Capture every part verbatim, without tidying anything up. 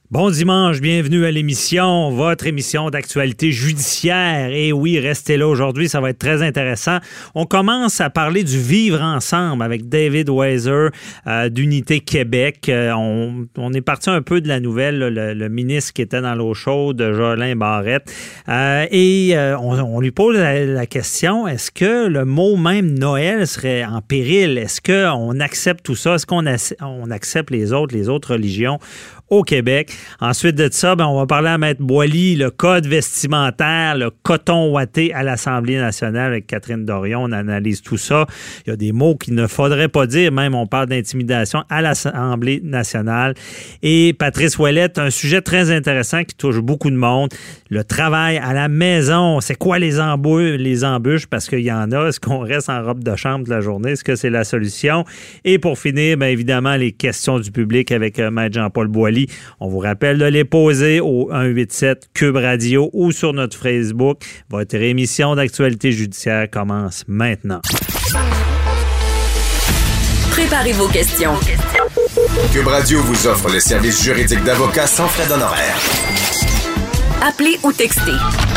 Bon dimanche, bienvenue à l'émission, votre émission d'actualité judiciaire. Et oui, restez là aujourd'hui, ça va être très intéressant. On commence à parler du vivre ensemble avec David Weiser euh, d'Unité Québec. Euh, on, on est parti un peu de la nouvelle, là, le, le ministre qui était dans l'eau chaude, Jolin Barrette. Euh, et euh, on, on lui pose la, la question, est-ce que le mot même Noël serait en péril? Est-ce qu'on accepte tout ça? Est-ce qu'on a, on accepte les autres, les autres religions au Québec? Ensuite de ça, ben, on va parler à Maître Boily, le code vestimentaire, le coton ouaté à l'Assemblée nationale avec Catherine Dorion. On analyse tout ça. Il y a des mots qu'il ne faudrait pas dire. Même, on parle d'intimidation à l'Assemblée nationale. Et Patrice Ouellette, un sujet très intéressant qui touche beaucoup de monde. Le travail à la maison. C'est quoi les embûches? Les embûches? Parce qu'il y en a. Est-ce qu'on reste en robe de chambre toute la journée? Est-ce que c'est la solution? Et pour finir, bien évidemment, les questions du public avec euh, Maître Jean-Paul Boily. On vous rappelle de les poser au un huit sept Cube Radio ou sur notre Facebook. Votre émission d'actualité judiciaire commence maintenant. Préparez vos questions. Cube Radio vous offre le service juridique d'avocat sans frais d'honoraires. Appelez ou textez.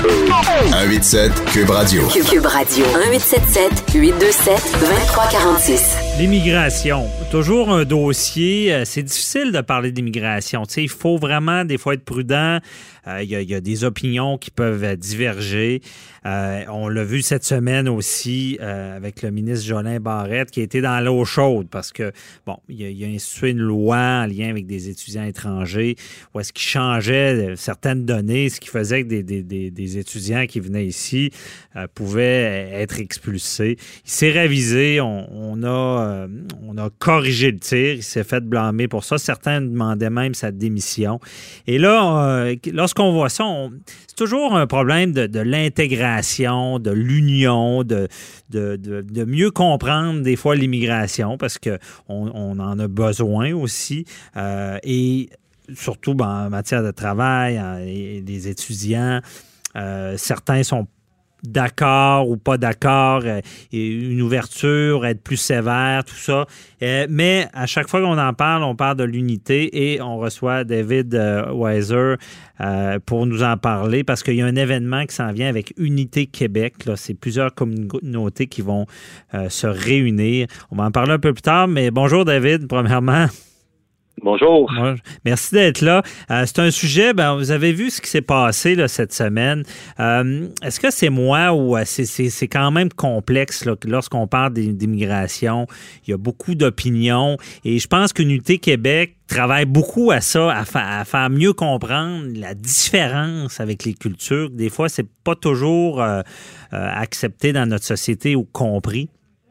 un huit sept Cube Radio. Cube, Cube Radio. un huit sept sept huit deux sept deux trois quatre six. L'immigration, toujours un dossier. C'est difficile de parler d'immigration. Tu sais, il faut vraiment des fois être prudent. Euh, il y a, il y a des opinions qui peuvent diverger. Euh, on l'a vu cette semaine aussi euh, avec le ministre Jolin Barrette qui a été dans l'eau chaude parce que, bon, il a, il a institué une loi en lien avec des étudiants étrangers où est-ce qu'il changeait certaines données, ce qui faisait que des, des, des, des étudiants qui venaient ici euh, pouvaient être expulsés. Il s'est révisé, on, on, a, euh, on a corrigé le tir, il s'est fait blâmer pour ça. Certains demandaient même sa démission. Et là, euh, lorsqu'on voit ça, on, c'est toujours un problème de, de l'intégration, de l'union, de, de, de, de mieux comprendre des fois l'immigration parce qu'on on en a besoin aussi. Euh, et surtout ben, en matière de travail, hein, et des étudiants, euh, certains sont d'accord ou pas d'accord, euh, une ouverture, être plus sévère, tout ça. Euh, mais à chaque fois qu'on en parle, on parle de l'unité et on reçoit David euh, Weiser euh, pour nous en parler parce qu'il y a un événement qui s'en vient avec Unité Québec. Là, c'est plusieurs communautés qui vont euh, se réunir. On va en parler un peu plus tard, mais bonjour David, premièrement. Bonjour. Merci d'être là. Euh, c'est un sujet, ben, vous avez vu ce qui s'est passé là, cette semaine. Euh, est-ce que c'est moi ou c'est, c'est, c'est quand même complexe là, lorsqu'on parle d'immigration? Il y a beaucoup d'opinions et je pense qu'Unité Québec travaille beaucoup à ça, à, fa- à faire mieux comprendre la différence avec les cultures. Des fois, c'est pas toujours euh, euh, accepté dans notre société ou compris.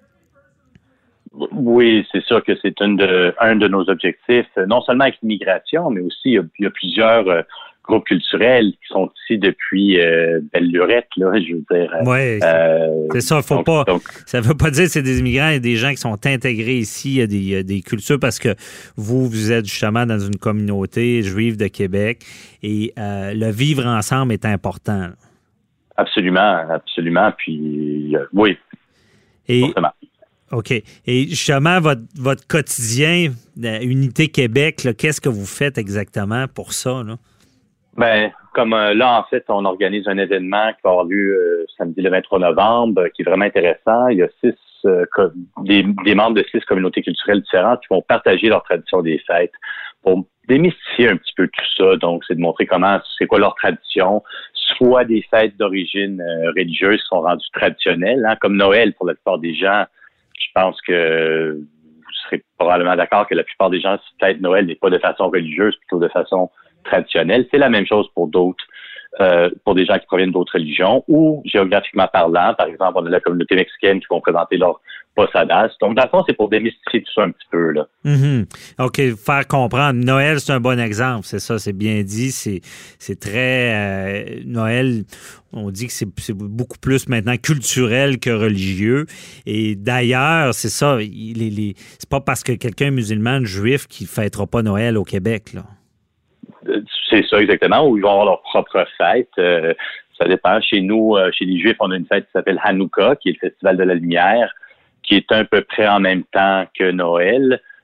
Oui, c'est sûr que c'est une de, un de nos objectifs, non seulement avec l'immigration, mais aussi il y a, il y a plusieurs euh, groupes culturels qui sont ici depuis euh, belle lurette, là, je veux dire. Oui, euh, c'est ça, faut donc, pas. Donc, ça veut pas dire que c'est des immigrants, il y a des gens qui sont intégrés ici, il y a des, il y a des cultures parce que vous, vous êtes justement dans une communauté juive de Québec et euh, le vivre ensemble est important. Absolument, absolument. Puis, euh, oui, et, forcément. OK. Et justement, votre, votre quotidien, Unité Québec, là, qu'est-ce que vous faites exactement pour ça, là? Ben, comme euh, là, en fait, on organise un événement qui va avoir lieu euh, samedi le vingt-trois novembre, euh, qui est vraiment intéressant. Il y a six euh, co- des, des membres de six communautés culturelles différentes qui vont partager leur tradition des fêtes pour démystifier un petit peu tout ça. Donc, c'est de montrer comment, c'est quoi leur tradition, soit des fêtes d'origine euh, religieuse qui sont rendues traditionnelles, hein, comme Noël pour la plupart des gens. Je pense que vous serez probablement d'accord que la plupart des gens fêtent Noël n'est pas de façon religieuse, plutôt de façon traditionnelle. C'est la même chose pour d'autres, euh, pour des gens qui proviennent d'autres religions ou géographiquement parlant. Par exemple, on a la communauté mexicaine qui vont présenter leur posadas. Donc, dans le fond, c'est pour démystifier tout ça un petit peu, là. Mm-hmm. OK, faire comprendre. Noël, c'est un bon exemple. C'est ça, c'est bien dit. C'est, c'est très... Euh, Noël, on dit que c'est, c'est beaucoup plus maintenant culturel que religieux. Et d'ailleurs, c'est ça, il, les, les, c'est pas parce que quelqu'un est musulman, juif, qu'il ne fêtera pas Noël au Québec, là. C'est ça, exactement, où ils vont avoir leur propre fête. Euh, ça dépend. Chez nous, euh, chez les Juifs, on a une fête qui s'appelle Hanouka, qui est le Festival de la Lumière, qui est à peu près en même temps que Noël.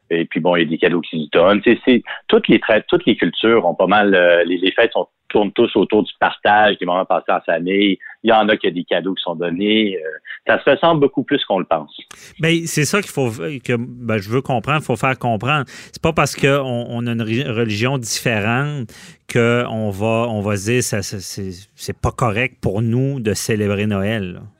Et puis bon, il y a des cadeaux qui se donnent. C'est, c'est toutes les tra- toutes les cultures ont pas mal. Euh, les, les fêtes sont, tournent tous autour du partage, des moments passés en famille. Il y en a qui a des cadeaux qui sont donnés. Euh, ça se ressemble beaucoup plus qu'on le pense. Bien, c'est ça qu'il faut que ben, je veux comprendre. Il faut faire comprendre. C'est pas parce qu'on on a une religion différente qu'on va on va se dire ça, ça c'est, c'est pas correct pour nous de célébrer Noël. Là.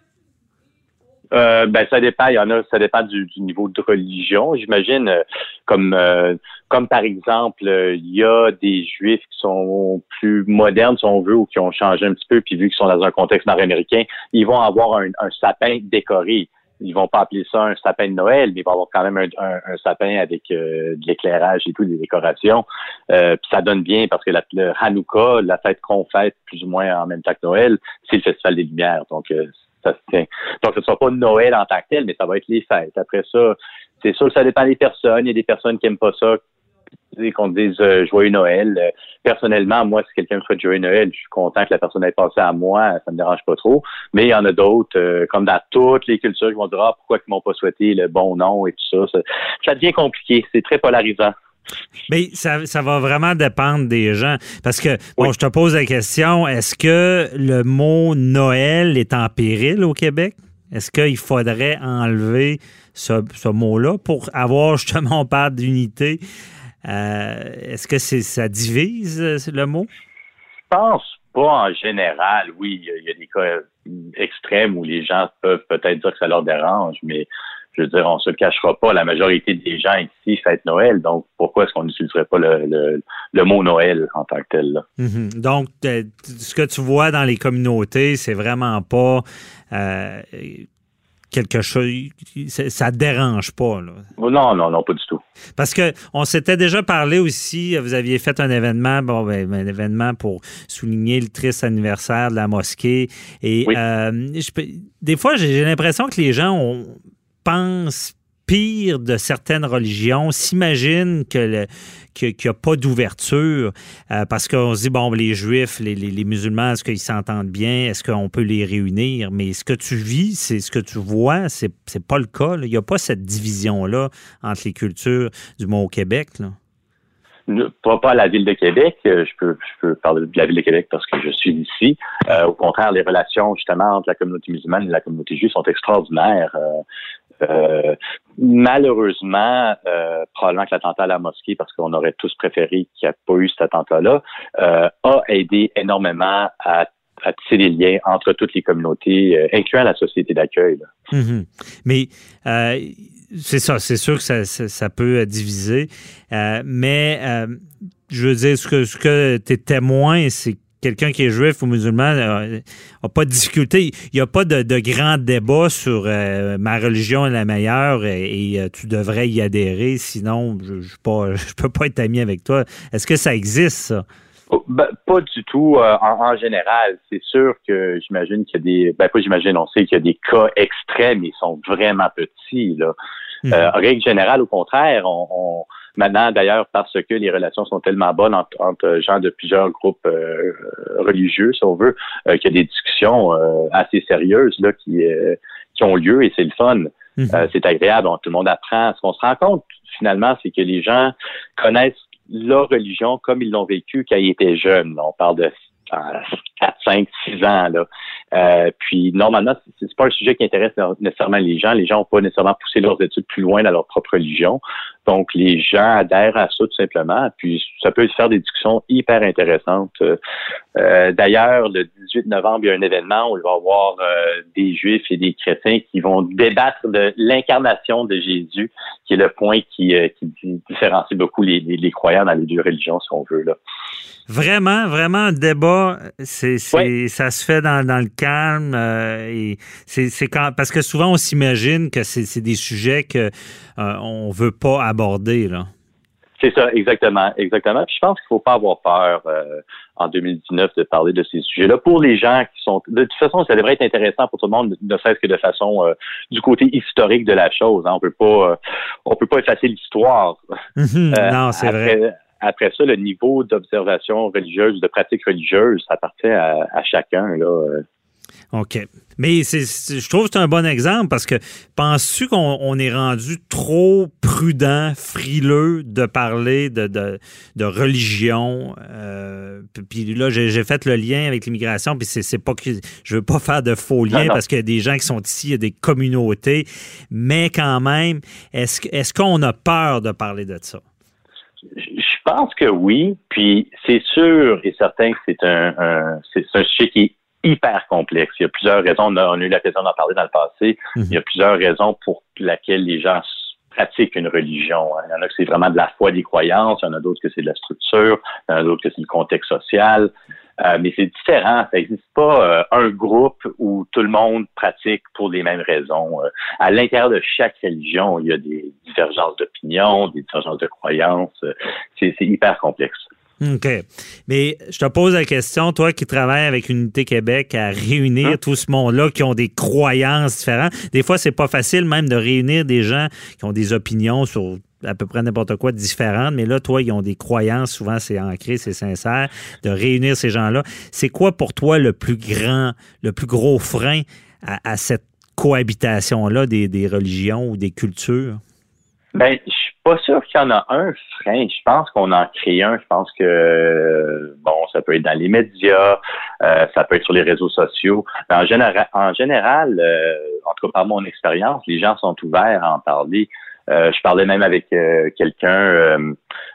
Euh, ben ça dépend, il y en a, ça dépend du, du niveau de religion, j'imagine. Euh, comme euh, comme par exemple, euh, il y a des Juifs qui sont plus modernes, si on veut, ou qui ont changé un petit peu, puis vu qu'ils sont dans un contexte nord-américain, ils vont avoir un, un sapin décoré. Ils vont pas appeler ça un sapin de Noël, mais ils vont avoir quand même un, un, un sapin avec euh, de l'éclairage et tout, des décorations. Euh, puis ça donne bien parce que la, le Hanouka, la fête qu'on fête plus ou moins en même temps que Noël, c'est le Festival des Lumières. Donc euh, ça se tient. Donc, ce ne sera pas Noël en tant que tel, mais ça va être les fêtes. Après ça, c'est sûr que ça dépend des personnes. Il y a des personnes qui n'aiment pas ça, qu'on dise euh, Joyeux Noël. Euh, personnellement, moi, si quelqu'un me souhaite Joyeux Noël, je suis content que la personne ait passé à moi. Ça me dérange pas trop. Mais il y en a d'autres, euh, comme dans toutes les cultures, qui vont dire « Ah, pourquoi ils m'ont pas souhaité le bon nom et tout ça. ça. Ça devient compliqué. C'est très polarisant. Mais ça, ça va vraiment dépendre des gens. Parce que, bon, oui. je te pose la question, est-ce que le mot Noël est en péril au Québec? Est-ce qu'il faudrait enlever ce, ce mot-là pour avoir, justement, on parle d'unité? Euh, est-ce que c'est, ça divise, le mot? Je pense pas en général. Oui, il y a des cas extrêmes où les gens peuvent peut-être dire que ça leur dérange, mais je veux dire, on se le cachera pas, la majorité des gens ici fêtent Noël, donc pourquoi est-ce qu'on n'utiliserait pas le, le, le mot Noël en tant que tel? Là? Mm-hmm. Donc, euh, ce que tu vois dans les communautés, c'est vraiment pas euh, quelque chose, ça ne dérange pas. Là. Non, non, non, pas du tout. Parce que on s'était déjà parlé aussi, vous aviez fait un événement, bon, ben, un événement pour souligner le triste anniversaire de la mosquée. Et oui. euh, je peux, des fois, j'ai, j'ai l'impression que les gens ont pensent pire de certaines religions, s'imaginent que le, que, qu'il n'y a pas d'ouverture euh, parce qu'on se dit, bon, les Juifs, les, les, les musulmans, est-ce qu'ils s'entendent bien? Est-ce qu'on peut les réunir? Mais ce que tu vis, c'est ce que tu vois, c'est, c'est pas le cas. Là. Il n'y a pas cette division-là entre les cultures, du moins au Québec. Là. Pas, pas à la Ville de Québec. Je peux, je peux parler de la Ville de Québec parce que je suis ici. Euh, au contraire, les relations, justement, entre la communauté musulmane et la communauté juive sont extraordinaires. Euh, Euh, malheureusement, euh, probablement que l'attentat à la mosquée, parce qu'on aurait tous préféré qu'il n'y ait pas eu cet attentat-là, euh, a aidé énormément à, à tisser des liens entre toutes les communautés, euh, incluant la société d'accueil. Mm-hmm. Mais euh, c'est ça, c'est sûr que ça, ça, ça peut diviser, euh, mais euh, je veux dire, ce que, ce que tu es témoin, c'est quelqu'un qui est juif ou musulman n'a pas de difficulté. Il n'y a pas de, de grand débat sur euh, ma religion est la meilleure et, et euh, tu devrais y adhérer, sinon je ne je, je peux pas être ami avec toi. Est-ce que ça existe, ça? Ben, pas du tout euh, en, en général. C'est sûr que j'imagine qu'il y a des... Ben pas j'imagine, on sait qu'il y a des cas extrêmes, ils sont vraiment petits. Là. Mmh. Euh, en règle générale, au contraire, on... on Maintenant, d'ailleurs, parce que les relations sont tellement bonnes entre, entre gens de plusieurs groupes euh, religieux, si on veut, euh, qu'il y a des discussions euh, assez sérieuses là qui, euh, qui ont lieu et c'est le fun. Mm-hmm. Euh, c'est agréable, on, tout le monde apprend. Ce qu'on se rend compte, finalement, c'est que les gens connaissent leur religion comme ils l'ont vécu quand ils étaient jeunes. On parle de quatre, cinq, six ans. Là. Euh, puis, normalement, c'est, c'est pas un sujet qui intéresse nécessairement les gens. Les gens n'ont pas nécessairement poussé leurs études plus loin dans leur propre religion. Donc, les gens adhèrent à ça tout simplement. Puis, ça peut faire des discussions hyper intéressantes. Euh, d'ailleurs, le dix-huit novembre, il y a un événement où il va y avoir euh, des Juifs et des chrétiens qui vont débattre de l'incarnation de Jésus, qui est le point qui, euh, qui différencie beaucoup les, les, les croyants dans les deux religions, si on veut. Là. Vraiment, vraiment un débat, c'est, c'est, ouais. ça se fait dans, dans le calme. Euh, et c'est, c'est quand, parce que souvent, on s'imagine que c'est, c'est des sujets qu'on euh, ne veut pas aborder. Là. C'est ça, exactement, exactement. Puis je pense qu'il ne faut pas avoir peur euh, en deux mille dix-neuf de parler de ces sujets-là. Pour les gens qui sont... De toute façon, ça devrait être intéressant pour tout le monde, ne serait-ce que de façon euh, du côté historique de la chose. Hein. On peut pas, euh, on peut pas effacer l'histoire. Mmh, euh, non, c'est après, vrai. Après ça, le niveau d'observation religieuse, de pratique religieuse, ça appartient à, à chacun, là. OK. Mais c'est, c'est, je trouve que c'est un bon exemple parce que penses-tu qu'on on est rendu trop prudent, frileux de parler de, de, de religion? Euh, puis là, j'ai, j'ai fait le lien avec l'immigration, puis c'est, c'est pas que je veux pas faire de faux liens non, non. parce qu'il y a des gens qui sont ici, il y a des communautés, mais quand même, est-ce, est-ce qu'on a peur de parler de ça? Je pense que oui, puis c'est sûr et certain que c'est un, un c'est, c'est un sujet qui est hyper complexe. Il y a plusieurs raisons. On a, on a eu l'occasion d'en parler dans le passé. Mm-hmm. Il y a plusieurs raisons pour lesquelles les gens pratiquent une religion. Il y en a que c'est vraiment de la foi, des croyances. Il y en a d'autres que c'est de la structure. Il y en a d'autres que c'est le contexte social. Euh, mais c'est différent. Ça n'existe pas euh, un groupe où tout le monde pratique pour les mêmes raisons. Euh, à l'intérieur de chaque religion, il y a des divergences d'opinion, des divergences de croyances. Euh, c'est, c'est hyper complexe. OK. Mais je te pose la question, toi qui travailles avec Unité Québec à réunir hein? tout ce monde-là qui ont des croyances différentes. Des fois, c'est pas facile même de réunir des gens qui ont des opinions sur à peu près n'importe quoi de différentes, mais là, toi, ils ont des croyances, souvent c'est ancré, c'est sincère, de réunir ces gens-là. C'est quoi pour toi le plus grand, le plus gros frein à, à cette cohabitation-là des, des religions ou des cultures? Ben, je suis pas sûr qu'il y en a un frein. Je pense qu'on en crée un. Je pense que, bon, ça peut être dans les médias, euh, ça peut être sur les réseaux sociaux. En général, en général, euh, en tout cas par mon expérience, les gens sont ouverts à en parler. Euh, je parlais même avec euh, quelqu'un euh,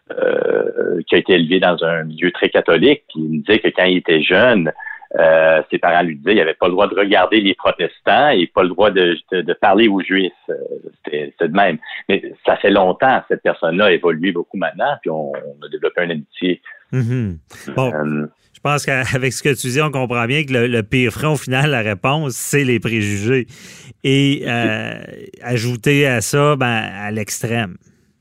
euh, qui a été élevé dans un milieu très catholique, puis il me disait que quand il était jeune, Euh, ses parents lui disaient qu'il n'avait pas le droit de regarder les protestants et pas le droit de, de, de parler aux juifs. Euh, c'était, c'était de même. Mais ça fait longtemps, cette personne-là a évolué beaucoup maintenant, puis on, on a développé une amitié. Mm-hmm. Bon, euh, je pense qu'avec ce que tu dis, on comprend bien que le, le pire frein, au final, la réponse, c'est les préjugés. Et euh, ajouter à ça, ben, à l'extrême.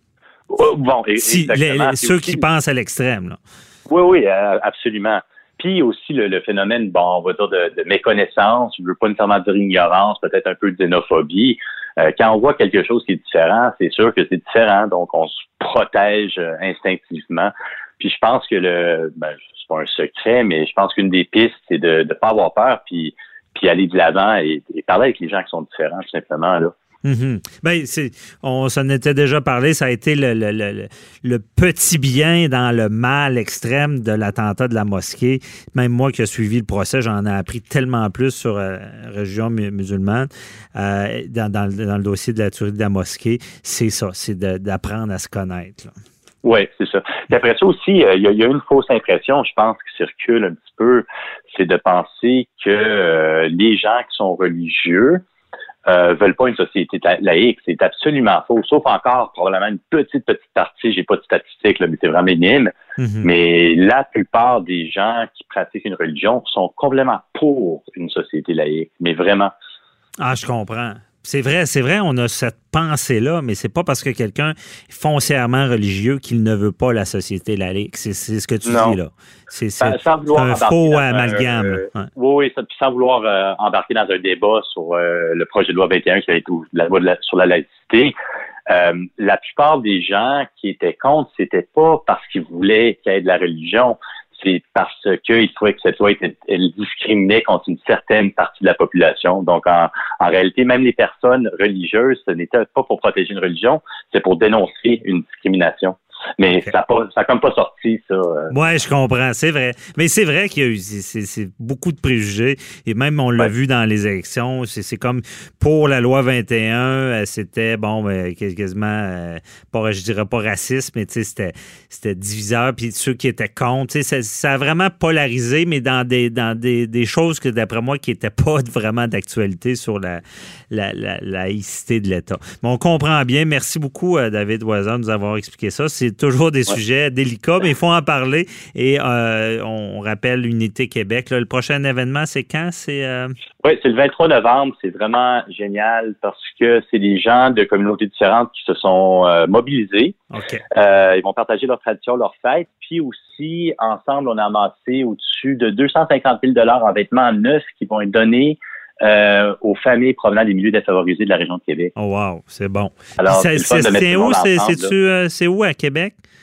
Bon, si, les, les, ceux qui pensent à l'extrême, là. Oui, oui, absolument. Puis aussi le, le phénomène, bon, on va dire de, de méconnaissance, je ne veux pas nécessairement dire ignorance, peut-être un peu de xénophobie. Euh, quand on voit quelque chose qui est différent, c'est sûr que c'est différent, donc on se protège euh, instinctivement. Puis je pense que le, ben, c'est pas un secret, mais je pense qu'une des pistes, c'est de ne pas avoir peur, puis puis aller de l'avant et, et parler avec les gens qui sont différents, tout simplement, là. Mm-hmm. Ben, c'est, on s'en était déjà parlé, ça a été le, le, le, le petit bien dans le mal extrême de l'attentat de la mosquée. Même moi qui ai suivi le procès, j'en ai appris tellement plus sur la euh, religion musulmane euh, dans, dans, dans le dossier de la tuerie de la mosquée. C'est ça, c'est de, d'apprendre à se connaître, là. Oui, c'est ça. Puis après ça aussi, il euh, y, y a une fausse impression, je pense, qui circule un petit peu, c'est de penser que euh, les gens qui sont religieux Euh, veulent pas une société laïque. C'est absolument faux. Sauf encore probablement une petite, petite partie, j'ai pas de statistiques, là, mais c'est vraiment minime. Mm-hmm. Mais la plupart des gens qui pratiquent une religion sont complètement pour une société laïque. Mais vraiment. Ah, je comprends. C'est vrai, c'est vrai, on a cette pensée-là, mais c'est pas parce que quelqu'un est foncièrement religieux qu'il ne veut pas la société laïque. C'est, c'est ce que tu non. dis, là. C'est, c'est, sans c'est un faux amalgame. Euh, ouais. Oui, oui, ça, sans vouloir euh, embarquer dans un débat sur euh, le projet de loi vingt et un qui a été la loi de la, sur la laïcité. Euh, la plupart des gens qui étaient contre, c'était pas parce qu'ils voulaient qu'il y ait de la religion. C'est parce qu'ils trouvaient que cette loi était, elle discriminait contre une certaine partie de la population. Donc, en, en réalité, même les personnes religieuses, ce n'était pas pour protéger une religion, c'est pour dénoncer une discrimination. Mais okay. ça n'a pas, ça a comme pas sorti, ça. Oui, je comprends, c'est vrai. Mais c'est vrai qu'il y a eu c'est, c'est beaucoup de préjugés. Et même, on l'a ouais. vu dans les élections. C'est, c'est comme pour la loi vingt et un, c'était, bon, ben, quasiment, euh, pas, je dirais pas raciste, mais tu sais, c'était, c'était diviseur. Puis ceux qui étaient contre, tu sais, ça, ça a vraiment polarisé, mais dans des, dans des, des choses que, d'après moi, qui n'étaient pas vraiment d'actualité sur la, la, la, la laïcité de l'État. Mais on comprend bien. Merci beaucoup, David Voisin, de nous avoir expliqué ça. C'est toujours des ouais. sujets délicats, mais il faut en parler. Et euh, on rappelle Unité Québec. Là, le prochain événement, c'est quand? C'est, euh... Oui, c'est le vingt-trois novembre. C'est vraiment génial parce que c'est des gens de communautés différentes qui se sont euh, mobilisés. Okay. Euh, ils vont partager leurs traditions, leurs fêtes. Puis aussi, ensemble, on a amassé au-dessus de deux cent cinquante mille dollars en vêtements neufs qui vont être donnés Euh, aux familles provenant des milieux défavorisés de la région de Québec. Oh wow, c'est bon. Alors, c'est, c'est, c'est, où, c'est, c'est, euh, c'est où à Québec?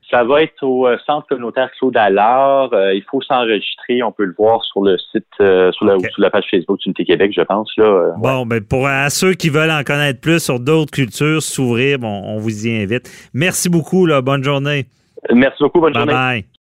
Ça va être au euh, centre communautaire Claude Allard. Euh, il faut s'enregistrer. On peut le voir sur le site, euh, sur, la, okay. sur la page Facebook d'Unité Québec, je pense. Là, euh, bon, ouais. ben pour à ceux qui veulent en connaître plus sur d'autres cultures, s'ouvrir, bon, on vous y invite. Merci beaucoup. Là, bonne journée. Merci beaucoup. Bonne bye journée. Bye.